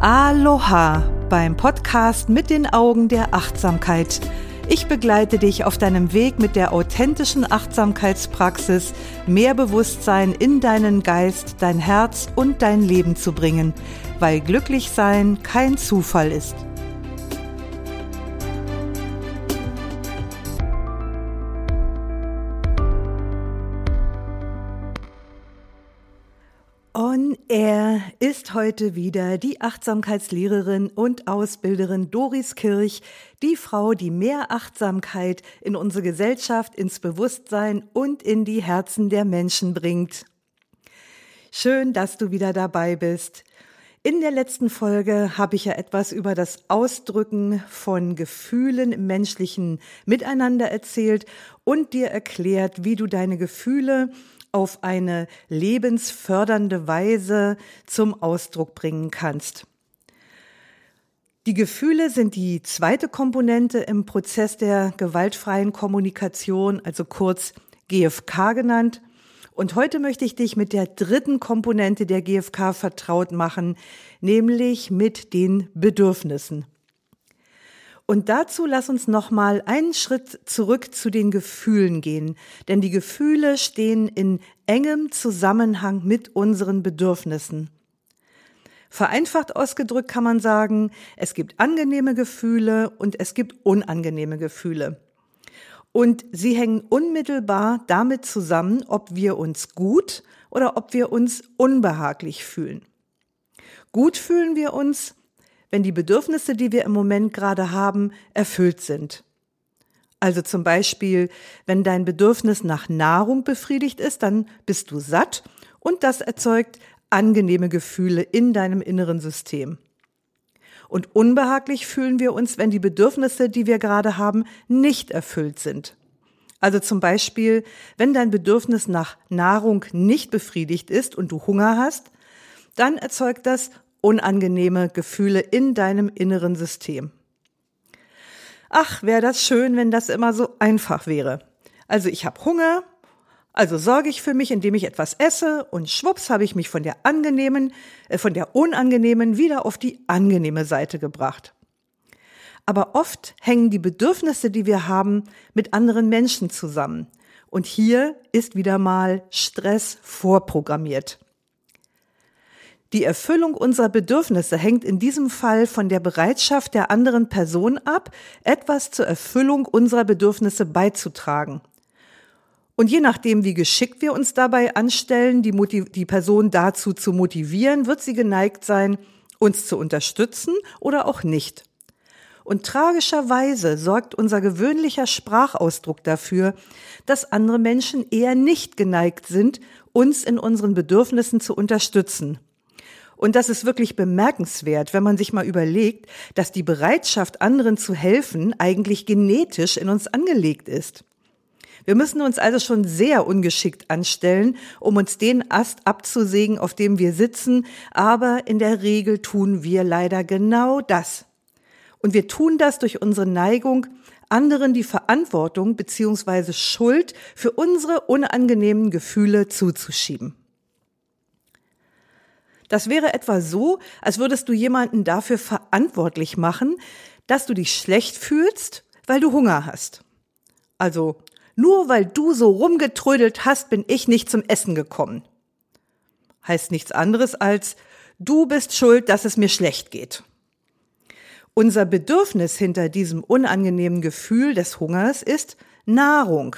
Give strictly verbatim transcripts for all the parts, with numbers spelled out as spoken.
Aloha beim Podcast mit den Augen der Achtsamkeit. Ich begleite dich auf deinem Weg mit der authentischen Achtsamkeitspraxis, mehr Bewusstsein in deinen Geist, dein Herz und dein Leben zu bringen, weil glücklich sein kein Zufall ist. On Air ist heute wieder die Achtsamkeitslehrerin und Ausbilderin Doris Kirch, die Frau, die mehr Achtsamkeit in unsere Gesellschaft, ins Bewusstsein und in die Herzen der Menschen bringt. Schön, dass du wieder dabei bist. In der letzten Folge habe ich ja etwas über das Ausdrücken von Gefühlen im menschlichen Miteinander erzählt und dir erklärt, wie du deine Gefühle auf eine lebensfördernde Weise zum Ausdruck bringen kannst. Die Gefühle sind die zweite Komponente im Prozess der gewaltfreien Kommunikation, also kurz G F K genannt. Und heute möchte ich dich mit der dritten Komponente der G F K vertraut machen, nämlich mit den Bedürfnissen. Und dazu lass uns nochmal einen Schritt zurück zu den Gefühlen gehen, denn die Gefühle stehen in engem Zusammenhang mit unseren Bedürfnissen. Vereinfacht ausgedrückt kann man sagen, es gibt angenehme Gefühle und es gibt unangenehme Gefühle. Und sie hängen unmittelbar damit zusammen, ob wir uns gut oder ob wir uns unbehaglich fühlen. Gut fühlen wir uns, wenn die Bedürfnisse, die wir im Moment gerade haben, erfüllt sind. Also zum Beispiel, wenn dein Bedürfnis nach Nahrung befriedigt ist, dann bist du satt und das erzeugt angenehme Gefühle in deinem inneren System. Und unbehaglich fühlen wir uns, wenn die Bedürfnisse, die wir gerade haben, nicht erfüllt sind. Also zum Beispiel, wenn dein Bedürfnis nach Nahrung nicht befriedigt ist und du Hunger hast, dann erzeugt das unangenehme Gefühle in deinem inneren System. Ach, wäre das schön, wenn das immer so einfach wäre. Also ich habe Hunger, also sorge ich für mich, indem ich etwas esse und schwupps habe ich mich von der angenehmen, äh, von der unangenehmen wieder auf die angenehme Seite gebracht. Aber oft hängen die Bedürfnisse, die wir haben, mit anderen Menschen zusammen. Und hier ist wieder mal Stress vorprogrammiert. Die Erfüllung unserer Bedürfnisse hängt in diesem Fall von der Bereitschaft der anderen Person ab, etwas zur Erfüllung unserer Bedürfnisse beizutragen. Und je nachdem, wie geschickt wir uns dabei anstellen, die, Motiv- die Person dazu zu motivieren, wird sie geneigt sein, uns zu unterstützen oder auch nicht. Und tragischerweise sorgt unser gewöhnlicher Sprachausdruck dafür, dass andere Menschen eher nicht geneigt sind, uns in unseren Bedürfnissen zu unterstützen. Und das ist wirklich bemerkenswert, wenn man sich mal überlegt, dass die Bereitschaft, anderen zu helfen, eigentlich genetisch in uns angelegt ist. Wir müssen uns also schon sehr ungeschickt anstellen, um uns den Ast abzusägen, auf dem wir sitzen, aber in der Regel tun wir leider genau das. Und wir tun das durch unsere Neigung, anderen die Verantwortung bzw. Schuld für unsere unangenehmen Gefühle zuzuschieben. Das wäre etwa so, als würdest du jemanden dafür verantwortlich machen, dass du dich schlecht fühlst, weil du Hunger hast. Also, nur weil du so rumgetrödelt hast, bin ich nicht zum Essen gekommen. Heißt nichts anderes als, du bist schuld, dass es mir schlecht geht. Unser Bedürfnis hinter diesem unangenehmen Gefühl des Hungers ist Nahrung.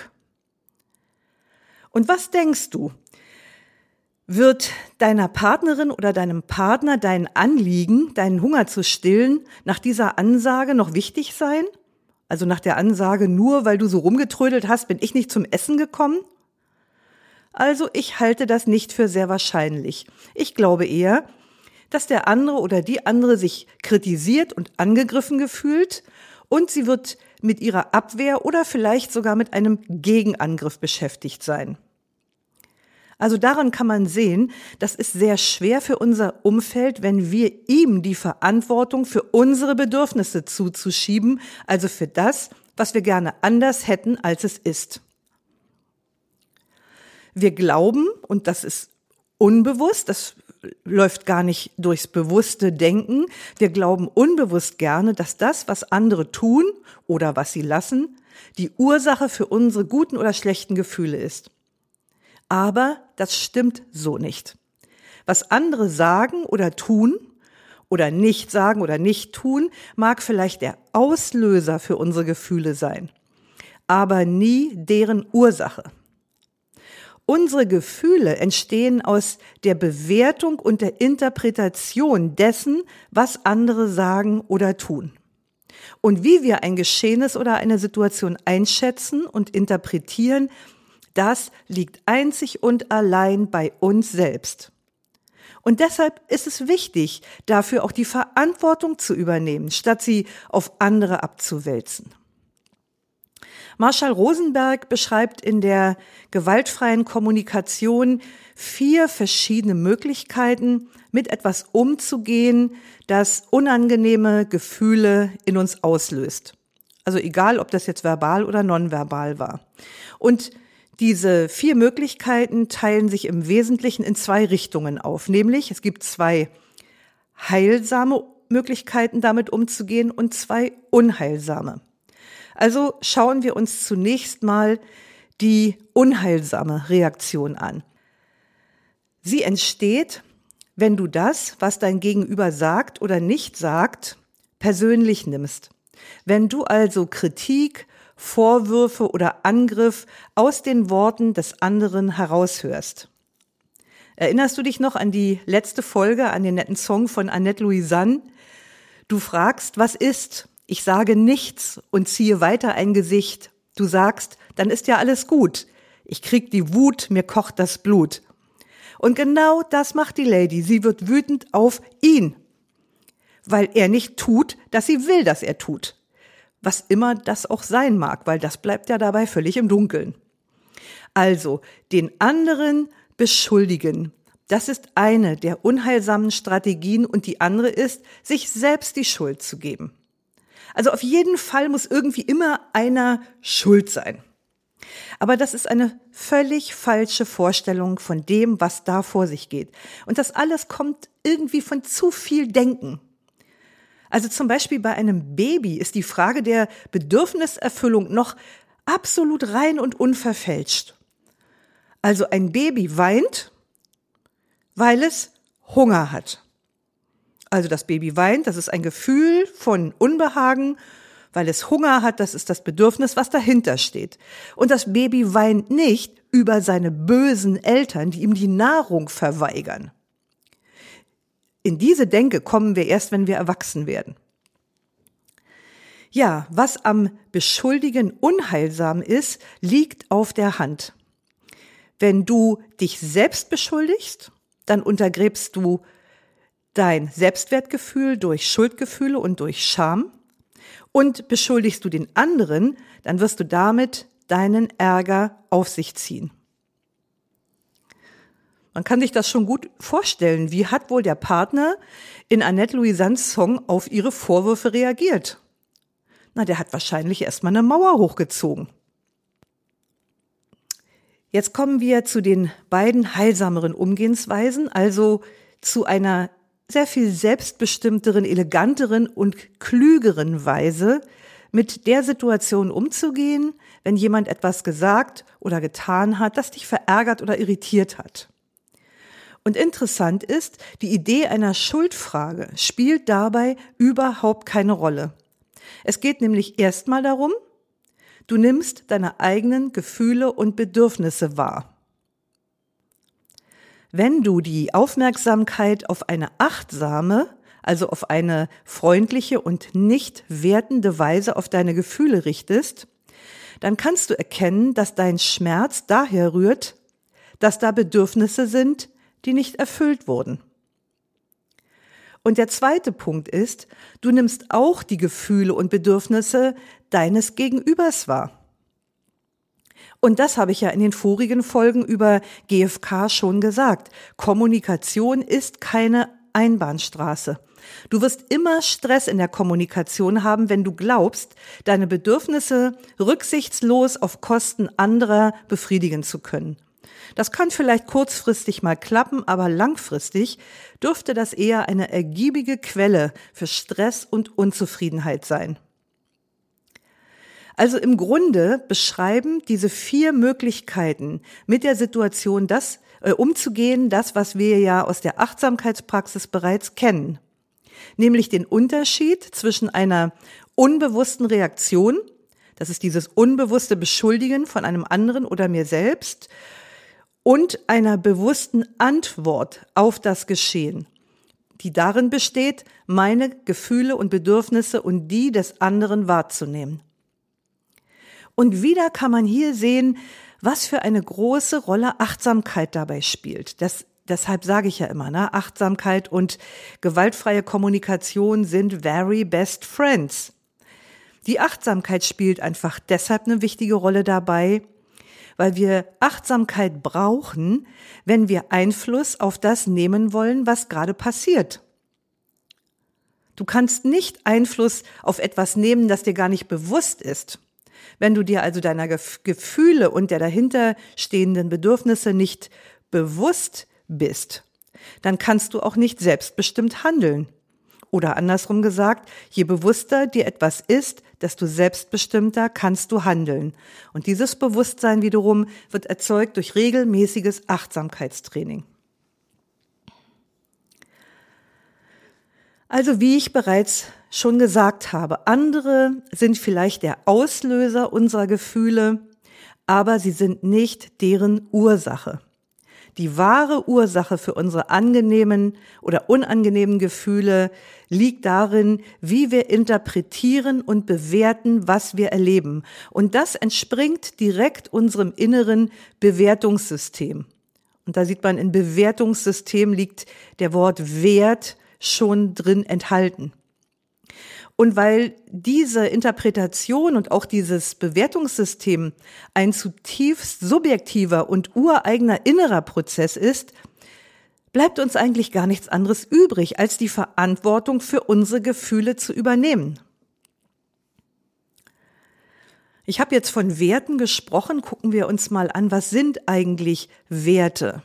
Und was denkst du? Wird deiner Partnerin oder deinem Partner dein Anliegen, deinen Hunger zu stillen, nach dieser Ansage noch wichtig sein? Also nach der Ansage, nur weil du so rumgetrödelt hast, bin ich nicht zum Essen gekommen? Also ich halte das nicht für sehr wahrscheinlich. Ich glaube eher, dass der andere oder die andere sich kritisiert und angegriffen gefühlt und sie wird mit ihrer Abwehr oder vielleicht sogar mit einem Gegenangriff beschäftigt sein. Also daran kann man sehen, das ist sehr schwer für unser Umfeld, wenn wir ihm die Verantwortung für unsere Bedürfnisse zuzuschieben, also für das, was wir gerne anders hätten, als es ist. Wir glauben, und das ist unbewusst, das läuft gar nicht durchs bewusste Denken. Wir glauben unbewusst gerne, dass das, was andere tun oder was sie lassen, die Ursache für unsere guten oder schlechten Gefühle ist. Aber das stimmt so nicht. Was andere sagen oder tun oder nicht sagen oder nicht tun, mag vielleicht der Auslöser für unsere Gefühle sein, aber nie deren Ursache. Unsere Gefühle entstehen aus der Bewertung und der Interpretation dessen, was andere sagen oder tun. Und wie wir ein Geschehnis oder eine Situation einschätzen und interpretieren, das liegt einzig und allein bei uns selbst. Und deshalb ist es wichtig, dafür auch die Verantwortung zu übernehmen, statt sie auf andere abzuwälzen. Marshall Rosenberg beschreibt in der gewaltfreien Kommunikation vier verschiedene Möglichkeiten, mit etwas umzugehen, das unangenehme Gefühle in uns auslöst. Also egal, ob das jetzt verbal oder nonverbal war. Und diese vier Möglichkeiten teilen sich im Wesentlichen in zwei Richtungen auf. Nämlich, es gibt zwei heilsame Möglichkeiten, damit umzugehen und zwei unheilsame. Also schauen wir uns zunächst mal die unheilsame Reaktion an. Sie entsteht, wenn du das, was dein Gegenüber sagt oder nicht sagt, persönlich nimmst. Wenn du also Kritik, Vorwürfe oder Angriff aus den Worten des anderen heraushörst. Erinnerst du dich noch an die letzte Folge, an den netten Song von Annette Louisanne? Du fragst, was ist? Ich sage nichts und ziehe weiter ein Gesicht. Du sagst, dann ist ja alles gut. Ich krieg die Wut, mir kocht das Blut. Und genau das macht die Lady. Sie wird wütend auf ihn, weil er nicht tut, dass sie will, dass er tut. Was immer das auch sein mag, weil das bleibt ja dabei völlig im Dunkeln. Also, den anderen beschuldigen. Das ist eine der unheilsamen Strategien und die andere ist, sich selbst die Schuld zu geben. Also auf jeden Fall muss irgendwie immer einer schuld sein. Aber das ist eine völlig falsche Vorstellung von dem, was da vor sich geht. Und das alles kommt irgendwie von zu viel Denken. Also zum Beispiel bei einem Baby ist die Frage der Bedürfniserfüllung noch absolut rein und unverfälscht. Also ein Baby weint, weil es Hunger hat. Also das Baby weint, das ist ein Gefühl von Unbehagen, weil es Hunger hat, das ist das Bedürfnis, was dahinter steht. Und das Baby weint nicht über seine bösen Eltern, die ihm die Nahrung verweigern. In diese Denke kommen wir erst, wenn wir erwachsen werden. Ja, was am Beschuldigen unheilsam ist, liegt auf der Hand. Wenn du dich selbst beschuldigst, dann untergräbst du dein Selbstwertgefühl durch Schuldgefühle und durch Scham. Und beschuldigst du den anderen, dann wirst du damit deinen Ärger auf sich ziehen. Man kann sich das schon gut vorstellen. Wie hat wohl der Partner in Annette Louisannes Song auf ihre Vorwürfe reagiert? Na, der hat wahrscheinlich erstmal eine Mauer hochgezogen. Jetzt kommen wir zu den beiden heilsameren Umgehensweisen, also zu einer sehr viel selbstbestimmteren, eleganteren und klügeren Weise, mit der Situation umzugehen, wenn jemand etwas gesagt oder getan hat, das dich verärgert oder irritiert hat. Und interessant ist, die Idee einer Schuldfrage spielt dabei überhaupt keine Rolle. Es geht nämlich erstmal darum, du nimmst deine eigenen Gefühle und Bedürfnisse wahr. Wenn du die Aufmerksamkeit auf eine achtsame, also auf eine freundliche und nicht wertende Weise auf deine Gefühle richtest, dann kannst du erkennen, dass dein Schmerz daher rührt, dass da Bedürfnisse sind, die nicht erfüllt wurden. Und der zweite Punkt ist, du nimmst auch die Gefühle und Bedürfnisse deines Gegenübers wahr. Und das habe ich ja in den vorigen Folgen über G F K schon gesagt. Kommunikation ist keine Einbahnstraße. Du wirst immer Stress in der Kommunikation haben, wenn du glaubst, deine Bedürfnisse rücksichtslos auf Kosten anderer befriedigen zu können. Das kann vielleicht kurzfristig mal klappen, aber langfristig dürfte das eher eine ergiebige Quelle für Stress und Unzufriedenheit sein. Also im Grunde beschreiben diese vier Möglichkeiten, mit der Situation das äh, umzugehen, das, was wir ja aus der Achtsamkeitspraxis bereits kennen. Nämlich den Unterschied zwischen einer unbewussten Reaktion, das ist dieses unbewusste Beschuldigen von einem anderen oder mir selbst, und einer bewussten Antwort auf das Geschehen, die darin besteht, meine Gefühle und Bedürfnisse und die des anderen wahrzunehmen. Und wieder kann man hier sehen, was für eine große Rolle Achtsamkeit dabei spielt. Das, deshalb sage ich ja immer, ne, Achtsamkeit und gewaltfreie Kommunikation sind very best friends. Die Achtsamkeit spielt einfach deshalb eine wichtige Rolle dabei, weil wir Achtsamkeit brauchen, wenn wir Einfluss auf das nehmen wollen, was gerade passiert. Du kannst nicht Einfluss auf etwas nehmen, das dir gar nicht bewusst ist. Wenn du dir also deiner Gefühle und der dahinterstehenden Bedürfnisse nicht bewusst bist, dann kannst du auch nicht selbstbestimmt handeln. Oder andersrum gesagt, je bewusster dir etwas ist, desto selbstbestimmter kannst du handeln. Und dieses Bewusstsein wiederum wird erzeugt durch regelmäßiges Achtsamkeitstraining. Also wie ich bereits schon gesagt habe, andere sind vielleicht der Auslöser unserer Gefühle, aber sie sind nicht deren Ursache. Die wahre Ursache für unsere angenehmen oder unangenehmen Gefühle liegt darin, wie wir interpretieren und bewerten, was wir erleben. Und das entspringt direkt unserem inneren Bewertungssystem. Und da sieht man, in Bewertungssystem liegt der Wort Wert schon drin enthalten. Und weil diese Interpretation und auch dieses Bewertungssystem ein zutiefst subjektiver und ureigener innerer Prozess ist, bleibt uns eigentlich gar nichts anderes übrig, als die Verantwortung für unsere Gefühle zu übernehmen. Ich habe jetzt von Werten gesprochen, gucken wir uns mal an, was sind eigentlich Werte?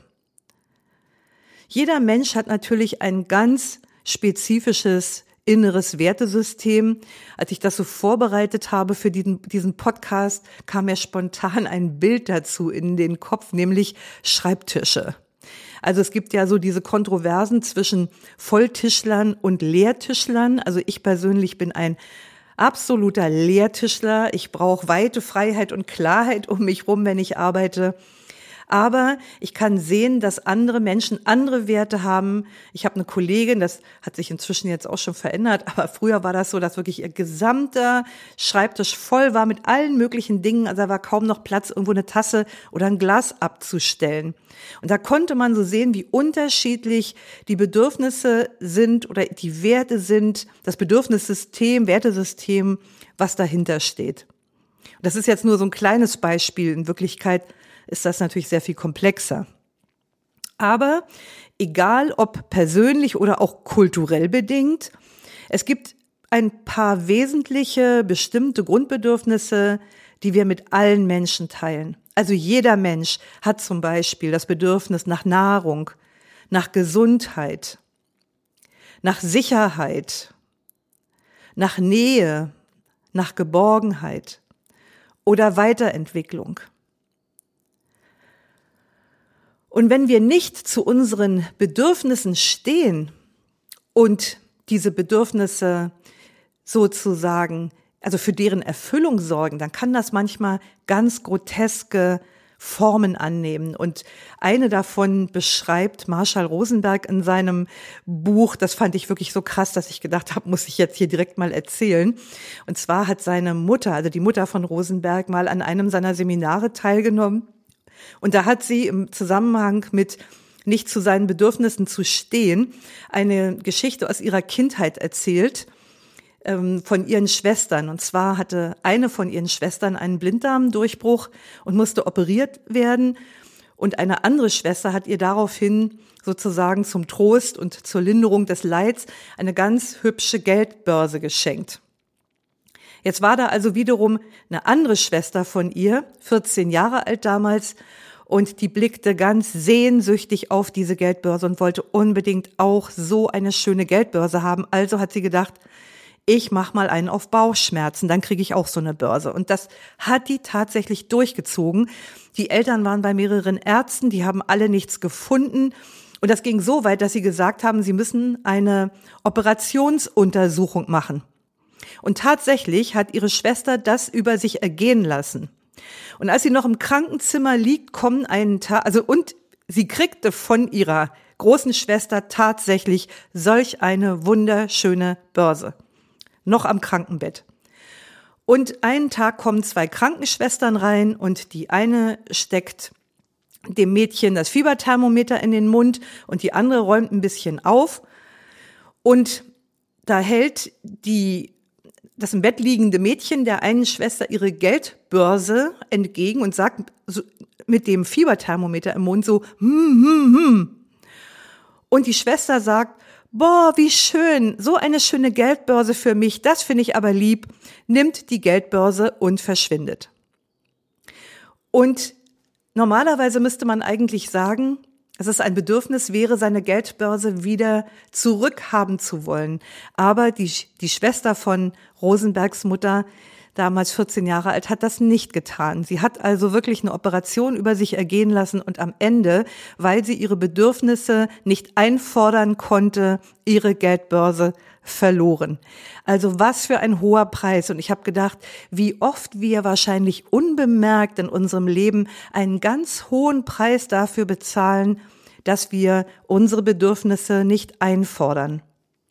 Jeder Mensch hat natürlich ein ganz spezifisches inneres Wertesystem. Als ich das so vorbereitet habe für diesen, diesen Podcast, kam mir spontan ein Bild dazu in den Kopf, nämlich Schreibtische. Also es gibt ja so diese Kontroversen zwischen Volltischlern und Leertischlern. Also ich persönlich bin ein absoluter Leertischler. Ich brauche weite Freiheit und Klarheit um mich rum, wenn ich arbeite. Aber ich kann sehen, dass andere Menschen andere Werte haben. Ich habe eine Kollegin, das hat sich inzwischen jetzt auch schon verändert, aber früher war das so, dass wirklich ihr gesamter Schreibtisch voll war mit allen möglichen Dingen. Also da war kaum noch Platz, irgendwo eine Tasse oder ein Glas abzustellen. Und da konnte man so sehen, wie unterschiedlich die Bedürfnisse sind oder die Werte sind, das Bedürfnissystem, Wertesystem, was dahinter steht. Das ist jetzt nur so ein kleines Beispiel. In Wirklichkeit ist das natürlich sehr viel komplexer. Aber egal ob persönlich oder auch kulturell bedingt, es gibt ein paar wesentliche, bestimmte Grundbedürfnisse, die wir mit allen Menschen teilen. Also jeder Mensch hat zum Beispiel das Bedürfnis nach Nahrung, nach Gesundheit, nach Sicherheit, nach Nähe, nach Geborgenheit oder Weiterentwicklung. Und wenn wir nicht zu unseren Bedürfnissen stehen und diese Bedürfnisse sozusagen, also für deren Erfüllung sorgen, dann kann das manchmal ganz groteske Formen annehmen. Und eine davon beschreibt Marshall Rosenberg in seinem Buch, das fand ich wirklich so krass, dass ich gedacht habe, muss ich jetzt hier direkt mal erzählen. Und zwar hat seine Mutter, also die Mutter von Rosenberg, mal an einem seiner Seminare teilgenommen. Und da hat sie im Zusammenhang mit nicht zu seinen Bedürfnissen zu stehen, eine Geschichte aus ihrer Kindheit erzählt, ähm, von ihren Schwestern. Und zwar hatte eine von ihren Schwestern einen Blinddarmdurchbruch und musste operiert werden. Und eine andere Schwester hat ihr daraufhin sozusagen zum Trost und zur Linderung des Leids eine ganz hübsche Geldbörse geschenkt. Jetzt war da also wiederum eine andere Schwester von ihr, vierzehn Jahre alt damals, Und die blickte ganz sehnsüchtig auf diese Geldbörse und wollte unbedingt auch so eine schöne Geldbörse haben. Also hat sie gedacht, ich mach mal einen auf Bauchschmerzen, dann kriege ich auch so eine Börse. Und das hat die tatsächlich durchgezogen. Die Eltern waren bei mehreren Ärzten, die haben alle nichts gefunden. Und das ging so weit, dass sie gesagt haben, sie müssen eine Operationsuntersuchung machen. Und tatsächlich hat ihre Schwester das über sich ergehen lassen. Und als sie noch im Krankenzimmer liegt, kommen einen Tag, also und sie kriegte von ihrer großen Schwester tatsächlich solch eine wunderschöne Börse. Noch am Krankenbett. Und einen Tag kommen zwei Krankenschwestern rein und die eine steckt dem Mädchen das Fieberthermometer in den Mund und die andere räumt ein bisschen auf. Und da hält die das im Bett liegende Mädchen der einen Schwester ihre Geldbörse entgegen und sagt so, mit dem Fieberthermometer im Mund so, hm, hm, hm. Und die Schwester sagt, boah, wie schön, so eine schöne Geldbörse für mich, das finde ich aber lieb, nimmt die Geldbörse und verschwindet. Und normalerweise müsste man eigentlich sagen, dass es ein Bedürfnis wäre, seine Geldbörse wieder zurückhaben zu wollen. Aber die, die Schwester von Rosenbergs Mutter, damals vierzehn Jahre alt, hat das nicht getan. Sie hat also wirklich eine Operation über sich ergehen lassen und am Ende, weil sie ihre Bedürfnisse nicht einfordern konnte, ihre Geldbörse verloren. Also was für ein hoher Preis. Und ich habe gedacht, wie oft wir wahrscheinlich unbemerkt in unserem Leben einen ganz hohen Preis dafür bezahlen, dass wir unsere Bedürfnisse nicht einfordern.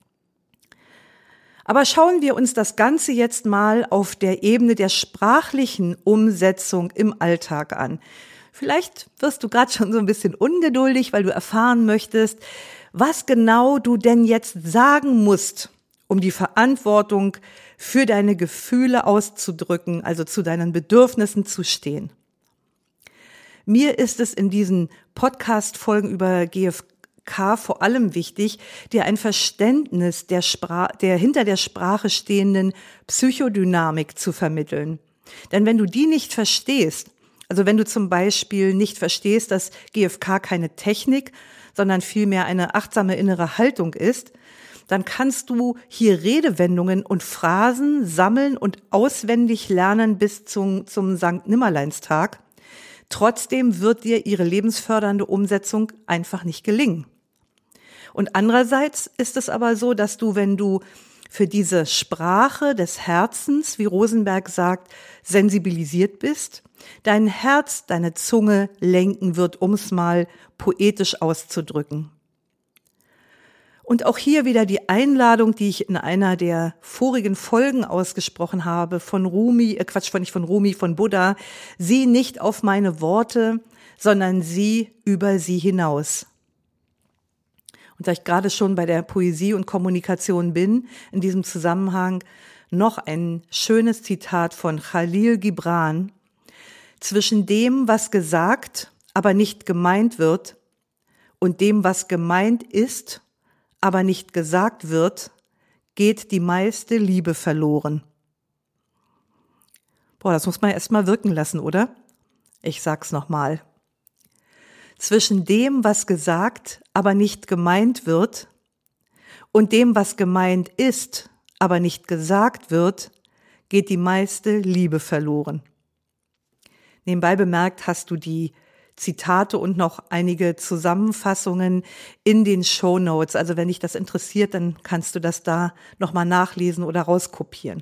Aber schauen wir uns das Ganze jetzt mal auf der Ebene der sprachlichen Umsetzung im Alltag an. Vielleicht wirst du gerade schon so ein bisschen ungeduldig, weil du erfahren möchtest, was genau du denn jetzt sagen musst, um die Verantwortung für deine Gefühle auszudrücken, also zu deinen Bedürfnissen zu stehen. Mir ist es in diesen Podcast-Folgen über G F K vor allem wichtig, dir ein Verständnis der, Spra- der hinter der Sprache stehenden Psychodynamik zu vermitteln. Denn wenn du die nicht verstehst, also wenn du zum Beispiel nicht verstehst, dass G F K keine Technik, sondern vielmehr eine achtsame innere Haltung ist, dann kannst du hier Redewendungen und Phrasen sammeln und auswendig lernen bis zum, zum Sankt Nimmerleinstag. Trotzdem wird dir ihre lebensfördernde Umsetzung einfach nicht gelingen. Und andererseits ist es aber so, dass du, wenn du für diese Sprache des Herzens, wie Rosenberg sagt, sensibilisiert bist, dein Herz, deine Zunge lenken wird, um es mal poetisch auszudrücken. Und auch hier wieder die Einladung, die ich in einer der vorigen Folgen ausgesprochen habe, von Rumi, äh Quatsch, nicht von Rumi, von Buddha, sieh nicht auf meine Worte, sondern sieh über sie hinaus. Und da ich gerade schon bei der Poesie und Kommunikation bin, in diesem Zusammenhang noch ein schönes Zitat von Khalil Gibran. Zwischen dem, was gesagt, aber nicht gemeint wird, und dem, was gemeint ist, aber nicht gesagt wird, geht die meiste Liebe verloren. Boah, das muss man erst mal wirken lassen, oder? Ich sag's nochmal. Zwischen dem, was gesagt, aber nicht gemeint wird, und dem, was gemeint ist, aber nicht gesagt wird, geht die meiste Liebe verloren. Nebenbei bemerkt hast du die Zitate und noch einige Zusammenfassungen in den Shownotes. Also wenn dich das interessiert, dann kannst du das da nochmal nachlesen oder rauskopieren.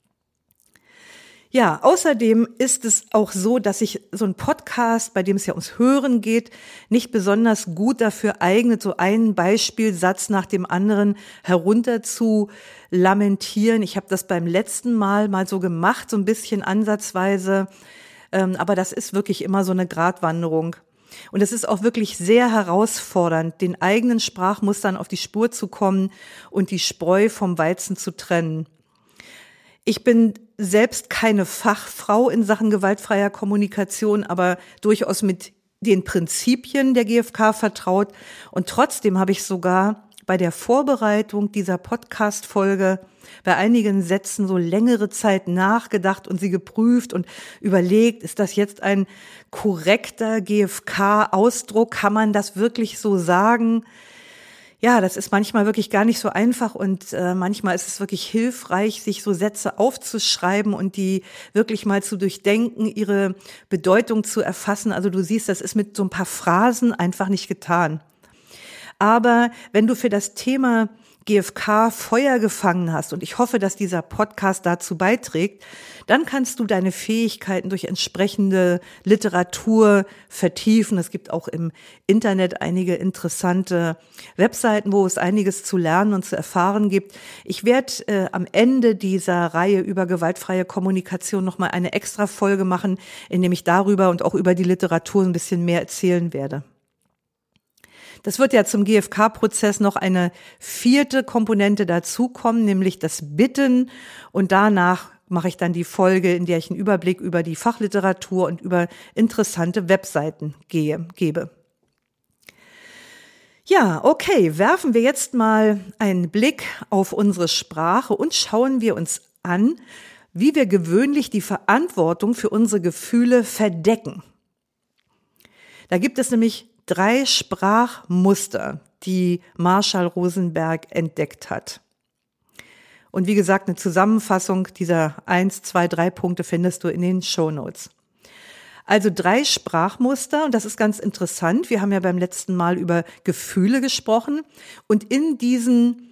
Ja, außerdem ist es auch so, dass sich so ein Podcast, bei dem es ja ums Hören geht, nicht besonders gut dafür eignet, so einen Beispielsatz nach dem anderen herunter zu lamentieren. Ich habe das beim letzten Mal mal so gemacht, so ein bisschen ansatzweise. Aber das ist wirklich immer so eine Gratwanderung. Und es ist auch wirklich sehr herausfordernd, den eigenen Sprachmustern auf die Spur zu kommen und die Spreu vom Weizen zu trennen. Ich bin selbst keine Fachfrau in Sachen gewaltfreier Kommunikation, aber durchaus mit den Prinzipien der G F K vertraut. Und trotzdem habe ich sogar bei der Vorbereitung dieser Podcast-Folge bei einigen Sätzen so längere Zeit nachgedacht und sie geprüft und überlegt, ist das jetzt ein korrekter G F K-Ausdruck? Kann man das wirklich so sagen? Ja, das ist manchmal wirklich gar nicht so einfach und äh, manchmal ist es wirklich hilfreich, sich so Sätze aufzuschreiben und die wirklich mal zu durchdenken, ihre Bedeutung zu erfassen. Also du siehst, das ist mit so ein paar Phrasen einfach nicht getan. Aber wenn du für das Thema G F K Feuer gefangen hast, und ich hoffe, dass dieser Podcast dazu beiträgt, dann kannst du deine Fähigkeiten durch entsprechende Literatur vertiefen. Es gibt auch im Internet einige interessante Webseiten, wo es einiges zu lernen und zu erfahren gibt. Ich werde äh, am Ende dieser Reihe über gewaltfreie Kommunikation nochmal eine extra Folge machen, in dem ich darüber und auch über die Literatur ein bisschen mehr erzählen werde. Das wird ja zum G F K-Prozess noch eine vierte Komponente dazukommen, nämlich das Bitten. Und danach mache ich dann die Folge, in der ich einen Überblick über die Fachliteratur und über interessante Webseiten gehe, gebe. Ja, okay, werfen wir jetzt mal einen Blick auf unsere Sprache und schauen wir uns an, wie wir gewöhnlich die Verantwortung für unsere Gefühle verdecken. Da gibt es nämlich drei Sprachmuster, die Marshall Rosenberg entdeckt hat. Und wie gesagt, eine Zusammenfassung dieser eins, zwei, drei Punkte findest du in den Shownotes. Also drei Sprachmuster, und das ist ganz interessant. Wir haben ja beim letzten Mal über Gefühle gesprochen. Und in diesen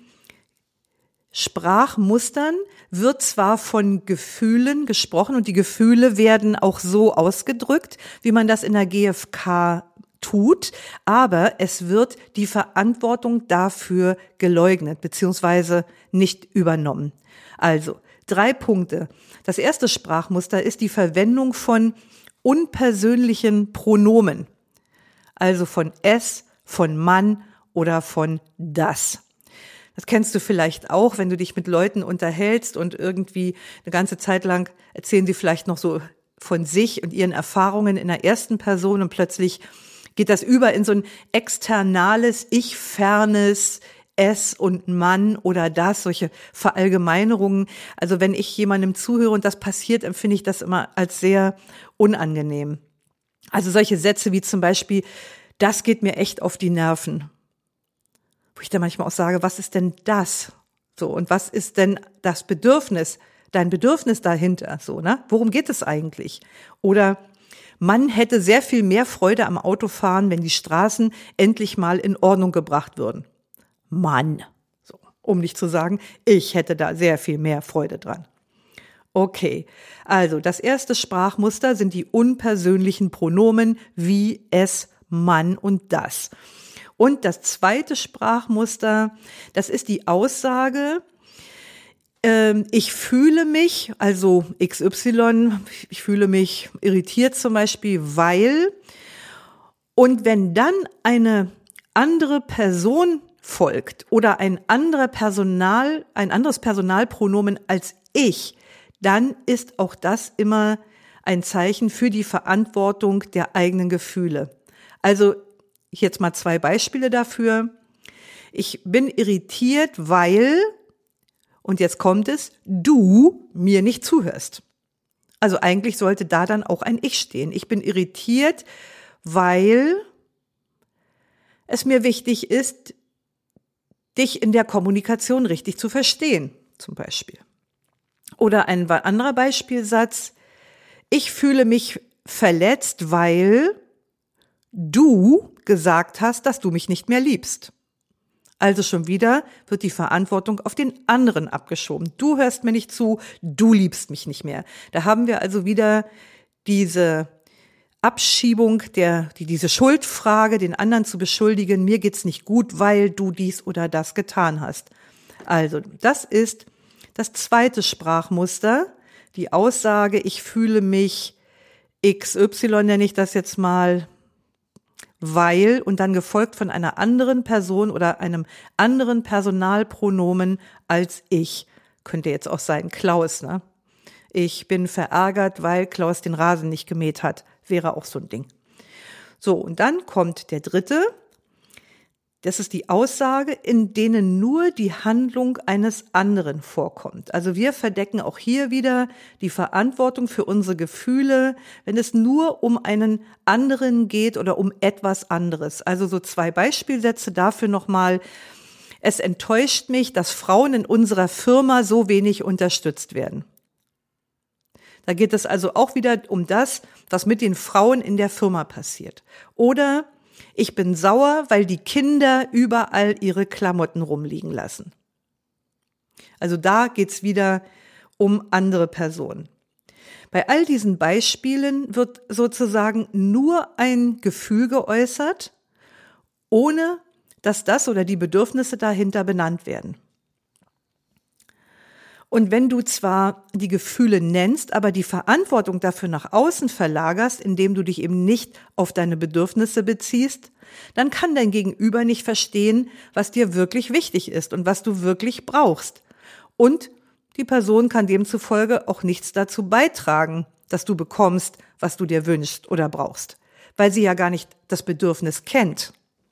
Sprachmustern wird zwar von Gefühlen gesprochen und die Gefühle werden auch so ausgedrückt, wie man das in der G F K tut, aber es wird die Verantwortung dafür geleugnet bzw. nicht übernommen. Also drei Punkte. Das erste Sprachmuster ist die Verwendung von unpersönlichen Pronomen, also von es, von man oder von das. Das kennst du vielleicht auch, wenn du dich mit Leuten unterhältst und irgendwie eine ganze Zeit lang erzählen sie vielleicht noch so von sich und ihren Erfahrungen in der ersten Person und plötzlich geht das über in so ein externales, ich-fernes es und man oder das, solche Verallgemeinerungen. Also wenn ich jemandem zuhöre und das passiert, empfinde ich das immer als sehr unangenehm. Also solche Sätze wie zum Beispiel, das geht mir echt auf die Nerven. Wo ich dann manchmal auch sage, was ist denn das? So, und was ist denn das Bedürfnis, dein Bedürfnis dahinter? So, ne? Worum geht es eigentlich? Oder man hätte sehr viel mehr Freude am Autofahren, wenn die Straßen endlich mal in Ordnung gebracht würden. Mann, so, um nicht zu sagen, ich hätte da sehr viel mehr Freude dran. Okay, also das erste Sprachmuster sind die unpersönlichen Pronomen wie es, man und das. Und das zweite Sprachmuster, das ist die Aussage, ich fühle mich, also X Y, ich fühle mich irritiert zum Beispiel, weil, und wenn dann eine andere Person folgt oder ein anderer Personal, ein anderes Personalpronomen als ich, dann ist auch das immer ein Zeichen für die Verantwortung der eigenen Gefühle. Also jetzt mal zwei Beispiele dafür. Ich bin irritiert, weil, und jetzt kommt es, du mir nicht zuhörst. Also eigentlich sollte da dann auch ein Ich stehen. Ich bin irritiert, weil es mir wichtig ist, dich in der Kommunikation richtig zu verstehen, zum Beispiel. Oder ein anderer Beispielsatz, ich fühle mich verletzt, weil du gesagt hast, dass du mich nicht mehr liebst. Also schon wieder wird die Verantwortung auf den anderen abgeschoben. Du hörst mir nicht zu, du liebst mich nicht mehr. Da haben wir also wieder diese Abschiebung, der, die, diese Schuldfrage, den anderen zu beschuldigen, mir geht's nicht gut, weil du dies oder das getan hast. Also, das ist das zweite Sprachmuster, die Aussage, ich fühle mich X Y, nenne ich das jetzt mal, weil, und dann gefolgt von einer anderen Person oder einem anderen Personalpronomen als ich. Könnte jetzt auch sein, Klaus, ne? Ich bin verärgert, weil Klaus den Rasen nicht gemäht hat. Wäre auch so ein Ding. So, und dann kommt der dritte. Das ist die Aussage, in denen nur die Handlung eines anderen vorkommt. Also wir verdecken auch hier wieder die Verantwortung für unsere Gefühle, wenn es nur um einen anderen geht oder um etwas anderes. Also so zwei Beispielsätze dafür nochmal. Es enttäuscht mich, dass Frauen in unserer Firma so wenig unterstützt werden. Da geht es also auch wieder um das, was mit den Frauen in der Firma passiert. Oder ich bin sauer, weil die Kinder überall ihre Klamotten rumliegen lassen. Also da geht's wieder um andere Personen. Bei all diesen Beispielen wird sozusagen nur ein Gefühl geäußert, ohne dass das oder die Bedürfnisse dahinter benannt werden. Und wenn du zwar die Gefühle nennst, aber die Verantwortung dafür nach außen verlagerst, indem du dich eben nicht auf deine Bedürfnisse beziehst, dann kann dein Gegenüber nicht verstehen, was dir wirklich wichtig ist und was du wirklich brauchst. Und die Person kann demzufolge auch nichts dazu beitragen, dass du bekommst, was du dir wünschst oder brauchst, weil sie ja gar nicht das Bedürfnis kennt.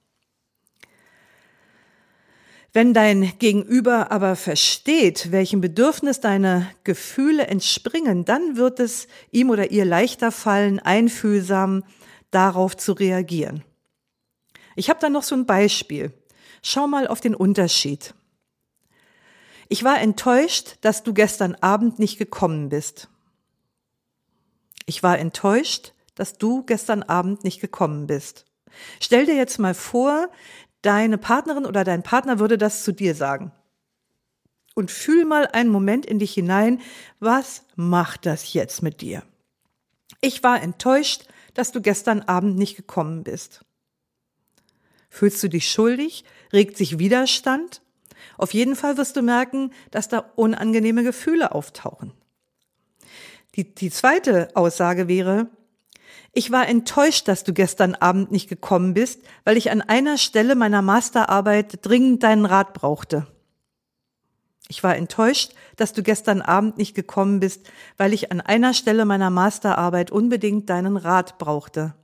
Wenn dein Gegenüber aber versteht, welchem Bedürfnis deine Gefühle entspringen, dann wird es ihm oder ihr leichter fallen, einfühlsam darauf zu reagieren. Ich habe da noch so ein Beispiel. Schau mal auf den Unterschied. Ich war enttäuscht, dass du gestern Abend nicht gekommen bist. Ich war enttäuscht, dass du gestern Abend nicht gekommen bist. Stell dir jetzt mal vor, deine Partnerin oder dein Partner würde das zu dir sagen. Und fühl mal einen Moment in dich hinein, was macht das jetzt mit dir? Ich war enttäuscht, dass du gestern Abend nicht gekommen bist. Fühlst du dich schuldig? Regt sich Widerstand? Auf jeden Fall wirst du merken, dass da unangenehme Gefühle auftauchen. Die, die zweite Aussage wäre: Ich war enttäuscht, dass du gestern Abend nicht gekommen bist, weil ich an einer Stelle meiner Masterarbeit dringend deinen Rat brauchte. Ich war enttäuscht, dass du gestern Abend nicht gekommen bist, weil ich an einer Stelle meiner Masterarbeit unbedingt deinen Rat brauchte.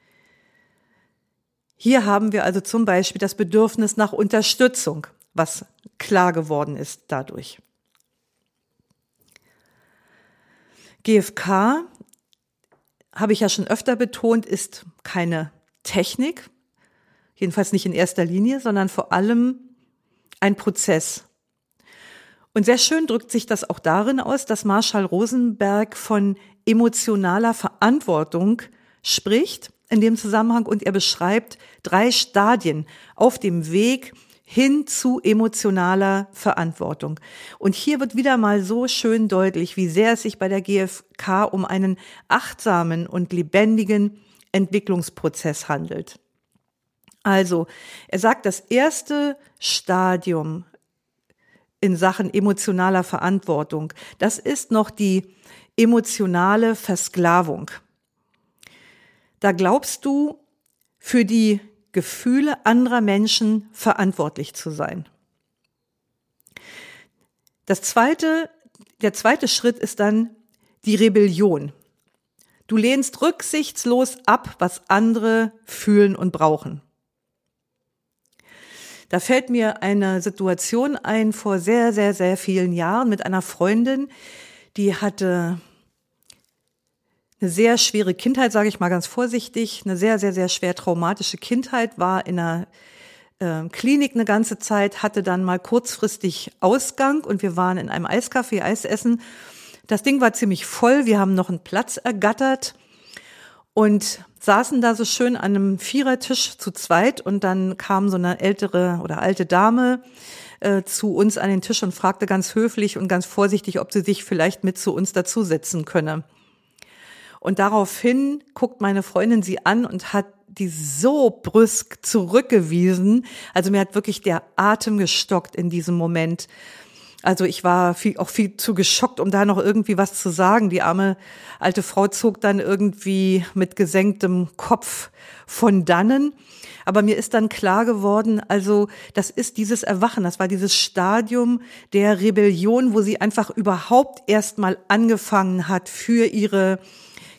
Hier haben wir also zum Beispiel das Bedürfnis nach Unterstützung, was klar geworden ist dadurch. G F K, habe ich ja schon öfter betont, ist keine Technik, jedenfalls nicht in erster Linie, sondern vor allem ein Prozess. Und sehr schön drückt sich das auch darin aus, dass Marshall Rosenberg von emotionaler Verantwortung spricht in dem Zusammenhang und er beschreibt drei Stadien auf dem Weg hin zu emotionaler Verantwortung. Und hier wird wieder mal so schön deutlich, wie sehr es sich bei der G F K um einen achtsamen und lebendigen Entwicklungsprozess handelt. Also, er sagt, das erste Stadium in Sachen emotionaler Verantwortung, das ist noch die emotionale Versklavung. Da glaubst du, für die Gefühle anderer Menschen verantwortlich zu sein. Das zweite, der zweite Schritt ist dann die Rebellion. Du lehnst rücksichtslos ab, was andere fühlen und brauchen. Da fällt mir eine Situation ein vor sehr, sehr, sehr vielen Jahren mit einer Freundin, die hatte eine sehr schwere Kindheit, sage ich mal ganz vorsichtig, eine sehr, sehr, sehr schwer traumatische Kindheit, war in einer äh, Klinik eine ganze Zeit, hatte dann mal kurzfristig Ausgang und wir waren in einem Eiscafé Eis essen. Das Ding war ziemlich voll, wir haben noch einen Platz ergattert und saßen da so schön an einem Vierertisch zu zweit und dann kam so eine ältere oder alte Dame äh, zu uns an den Tisch und fragte ganz höflich und ganz vorsichtig, ob sie sich vielleicht mit zu uns dazusetzen könne. Und daraufhin guckt meine Freundin sie an und hat die so brüsk zurückgewiesen. Also mir hat wirklich der Atem gestockt in diesem Moment. Also ich war viel, auch viel zu geschockt, um da noch irgendwie was zu sagen. Die arme alte Frau zog dann irgendwie mit gesenktem Kopf von dannen. Aber mir ist dann klar geworden, also das ist dieses Erwachen, das war dieses Stadium der Rebellion, wo sie einfach überhaupt erst mal angefangen hat, für ihre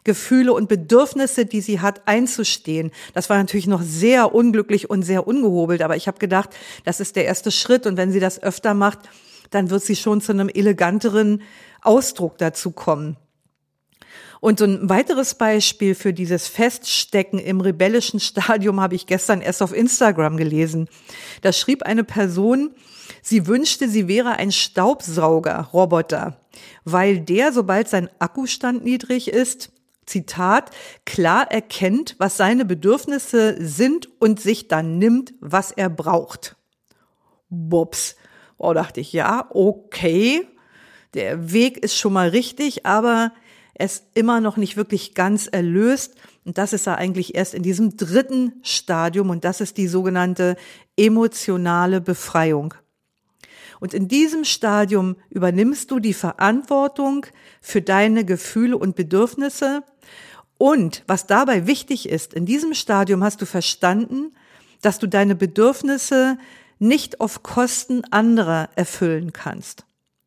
Gefühle und Bedürfnisse, die sie hat, einzustehen. Das war natürlich noch sehr unglücklich und sehr ungehobelt, aber ich habe gedacht, das ist der erste Schritt und wenn sie das öfter macht, dann wird sie schon zu einem eleganteren Ausdruck dazu kommen. Und so ein weiteres Beispiel für dieses Feststecken im rebellischen Stadium habe ich gestern erst auf Instagram gelesen. Da schrieb eine Person, sie wünschte, sie wäre ein Staubsaugerroboter, weil der, sobald sein Akkustand niedrig ist, Zitat, klar erkennt, was seine Bedürfnisse sind und sich dann nimmt, was er braucht. Bups. Oh, dachte ich, ja, okay, der Weg ist schon mal richtig, aber er ist immer noch nicht wirklich ganz erlöst. Und das ist er eigentlich erst in diesem dritten Stadium und das ist die sogenannte emotionale Befreiung. Und in diesem Stadium übernimmst du die Verantwortung für deine Gefühle und Bedürfnisse. Und was dabei wichtig ist, in diesem Stadium hast du verstanden, dass du deine Bedürfnisse nicht auf Kosten anderer erfüllen kannst.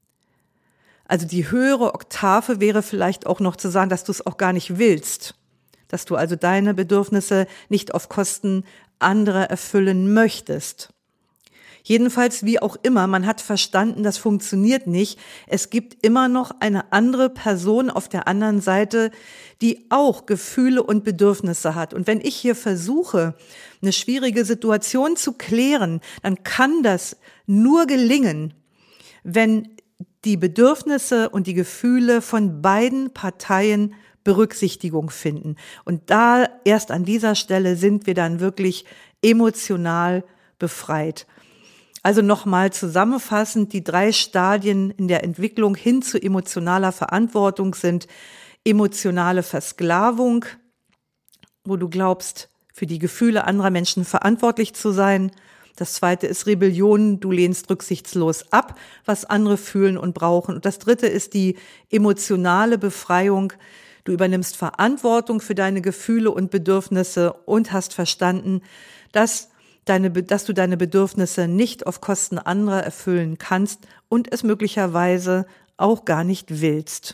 Also die höhere Oktave wäre vielleicht auch noch zu sagen, dass du es auch gar nicht willst, dass du also deine Bedürfnisse nicht auf Kosten anderer erfüllen möchtest. Jedenfalls, wie auch immer, man hat verstanden, das funktioniert nicht. Es gibt immer noch eine andere Person auf der anderen Seite, die auch Gefühle und Bedürfnisse hat. Und wenn ich hier versuche, eine schwierige Situation zu klären, dann kann das nur gelingen, wenn die Bedürfnisse und die Gefühle von beiden Parteien Berücksichtigung finden. Und da, erst an dieser Stelle, sind wir dann wirklich emotional befreit. Also nochmal zusammenfassend, die drei Stadien in der Entwicklung hin zu emotionaler Verantwortung sind emotionale Versklavung, wo du glaubst, für die Gefühle anderer Menschen verantwortlich zu sein. Das zweite ist Rebellion, du lehnst rücksichtslos ab, was andere fühlen und brauchen. Und das dritte ist die emotionale Befreiung. Du übernimmst Verantwortung für deine Gefühle und Bedürfnisse und hast verstanden, dass deine, dass du deine Bedürfnisse nicht auf Kosten anderer erfüllen kannst und es möglicherweise auch gar nicht willst.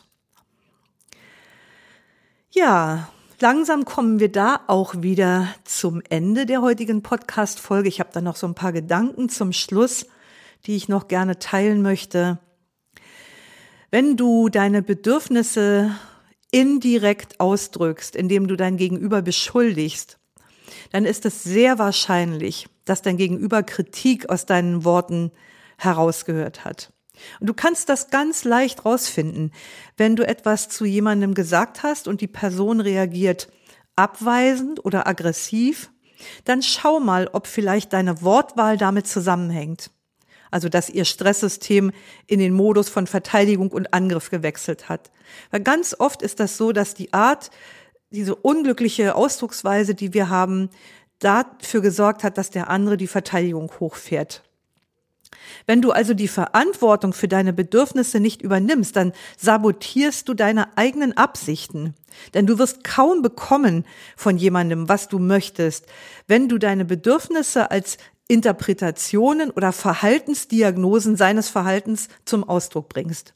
Ja, langsam kommen wir da auch wieder zum Ende der heutigen Podcast-Folge. Ich habe da noch so ein paar Gedanken zum Schluss, die ich noch gerne teilen möchte. Wenn du deine Bedürfnisse indirekt ausdrückst, indem du dein Gegenüber beschuldigst, dann ist es sehr wahrscheinlich, dass dein Gegenüber Kritik aus deinen Worten herausgehört hat. Und du kannst das ganz leicht rausfinden, wenn du etwas zu jemandem gesagt hast und die Person reagiert abweisend oder aggressiv, dann schau mal, ob vielleicht deine Wortwahl damit zusammenhängt. Also, dass ihr Stresssystem in den Modus von Verteidigung und Angriff gewechselt hat. Weil ganz oft ist das so, dass die Art, diese unglückliche Ausdrucksweise, die wir haben, dafür gesorgt hat, dass der andere die Verteidigung hochfährt. Wenn du also die Verantwortung für deine Bedürfnisse nicht übernimmst, dann sabotierst du deine eigenen Absichten. Denn du wirst kaum bekommen von jemandem, was du möchtest, wenn du deine Bedürfnisse als Interpretationen oder Verhaltensdiagnosen seines Verhaltens zum Ausdruck bringst.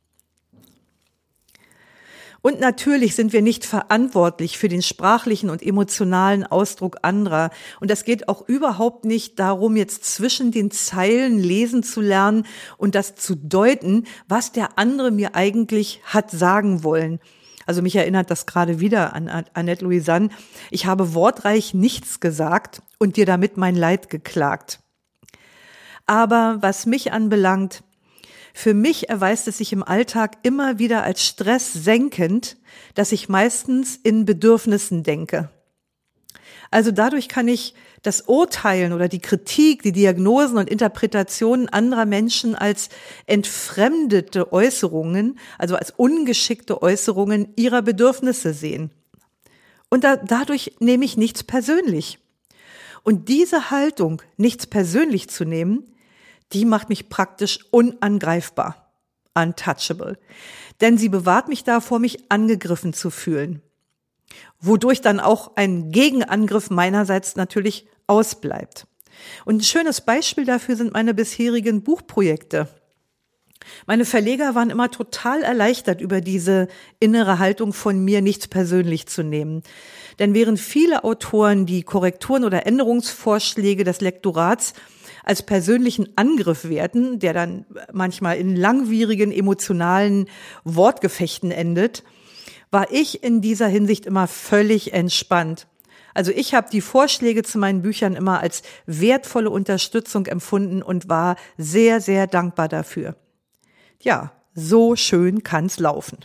Und natürlich sind wir nicht verantwortlich für den sprachlichen und emotionalen Ausdruck anderer. Und das geht auch überhaupt nicht darum, jetzt zwischen den Zeilen lesen zu lernen und das zu deuten, was der andere mir eigentlich hat sagen wollen. Also mich erinnert das gerade wieder an Annette Louisanne. Ich habe wortreich nichts gesagt und dir damit mein Leid geklagt. Aber was mich anbelangt, für mich erweist es sich im Alltag immer wieder als stresssenkend, dass ich meistens in Bedürfnissen denke. Also dadurch kann ich das Urteilen oder die Kritik, die Diagnosen und Interpretationen anderer Menschen als entfremdete Äußerungen, also als ungeschickte Äußerungen ihrer Bedürfnisse sehen. Und da, dadurch nehme ich nichts persönlich. Und diese Haltung, nichts persönlich zu nehmen, die macht mich praktisch unangreifbar, untouchable. Denn sie bewahrt mich davor, mich angegriffen zu fühlen. Wodurch dann auch ein Gegenangriff meinerseits natürlich ausbleibt. Und ein schönes Beispiel dafür sind meine bisherigen Buchprojekte. Meine Verleger waren immer total erleichtert über diese innere Haltung von mir, nichts persönlich zu nehmen. Denn während viele Autoren die Korrekturen oder Änderungsvorschläge des Lektorats als persönlichen Angriff werten, der dann manchmal in langwierigen emotionalen Wortgefechten endet, war ich in dieser Hinsicht immer völlig entspannt. Also ich habe die Vorschläge zu meinen Büchern immer als wertvolle Unterstützung empfunden und war sehr, sehr dankbar dafür. Ja, so schön kann's laufen.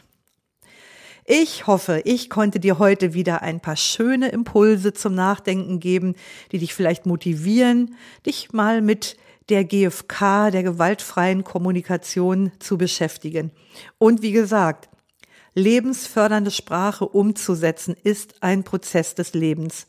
Ich hoffe, ich konnte dir heute wieder ein paar schöne Impulse zum Nachdenken geben, die dich vielleicht motivieren, dich mal mit der G F K, der gewaltfreien Kommunikation, zu beschäftigen. Und wie gesagt, lebensfördernde Sprache umzusetzen ist ein Prozess des Lebens.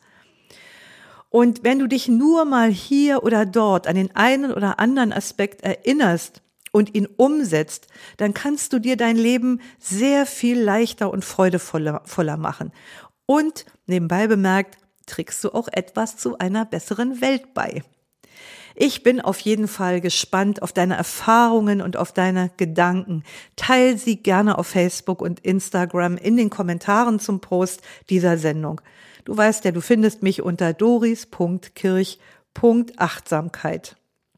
Und wenn du dich nur mal hier oder dort an den einen oder anderen Aspekt erinnerst und ihn umsetzt, dann kannst du dir dein Leben sehr viel leichter und freudevoller voller machen. Und nebenbei bemerkt, trägst du auch etwas zu einer besseren Welt bei. Ich bin auf jeden Fall gespannt auf deine Erfahrungen und auf deine Gedanken. Teil sie gerne auf Facebook und Instagram in den Kommentaren zum Post dieser Sendung. Du weißt ja, du findest mich unter doris punkt kirch punkt achtsamkeit.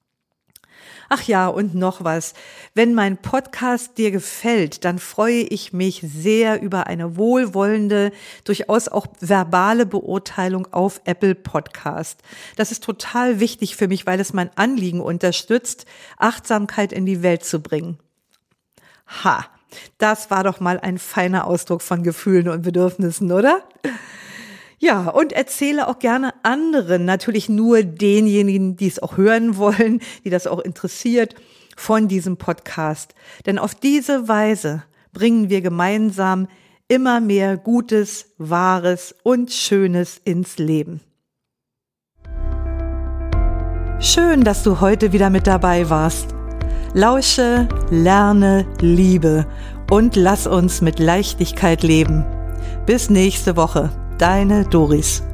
Ach ja, und noch was. Wenn mein Podcast dir gefällt, dann freue ich mich sehr über eine wohlwollende, durchaus auch verbale Beurteilung auf Apple Podcast. Das ist total wichtig für mich, weil es mein Anliegen unterstützt, Achtsamkeit in die Welt zu bringen. Ha, das war doch mal ein feiner Ausdruck von Gefühlen und Bedürfnissen, oder? Ja, und erzähle auch gerne anderen, natürlich nur denjenigen, die es auch hören wollen, die das auch interessiert, von diesem Podcast. Denn auf diese Weise bringen wir gemeinsam immer mehr Gutes, Wahres und Schönes ins Leben. Schön, dass du heute wieder mit dabei warst. Lausche, lerne, liebe und lass uns mit Leichtigkeit leben. Bis nächste Woche. Deine Doris.